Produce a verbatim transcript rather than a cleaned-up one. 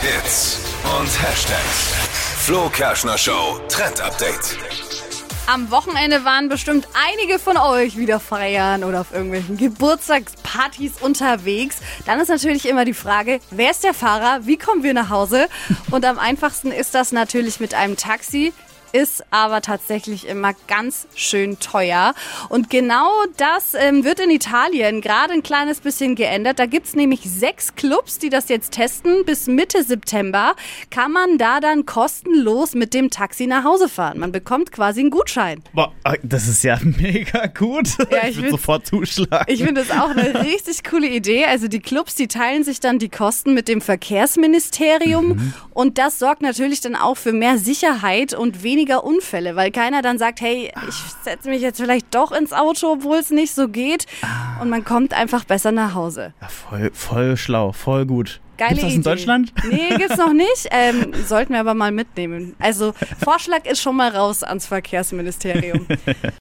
Hits und Hashtags. Flo Kerschner Show Trend Update. Am Wochenende waren bestimmt einige von euch wieder feiern oder auf irgendwelchen Geburtstagspartys unterwegs. Dann ist natürlich immer die Frage, wer ist der Fahrer? Wie kommen wir nach Hause? Und am einfachsten ist das natürlich mit einem Taxi. Ist aber tatsächlich immer ganz schön teuer. Und genau das ähm, wird in Italien gerade ein kleines bisschen geändert. Da gibt's nämlich sechs Clubs, die das jetzt testen. Bis Mitte September kann man da dann kostenlos mit dem Taxi nach Hause fahren. Man bekommt quasi einen Gutschein. Boah, das ist ja mega gut. Ja, ich würde sofort zuschlagen. Ich finde das auch eine richtig coole Idee. Also die Clubs, die teilen sich dann die Kosten mit dem Verkehrsministerium. Mhm. Und das sorgt natürlich dann auch für mehr Sicherheit und weniger Unfälle, weil keiner dann sagt, hey, ich setze mich jetzt vielleicht doch ins Auto, obwohl es nicht so geht. Und man kommt einfach besser nach Hause. Ja, voll, voll schlau, voll gut. Geile Gibt's das Idee. in Deutschland? Nee, gibt's noch nicht. Ähm, sollten wir aber mal mitnehmen. Also Vorschlag ist schon mal raus ans Verkehrsministerium.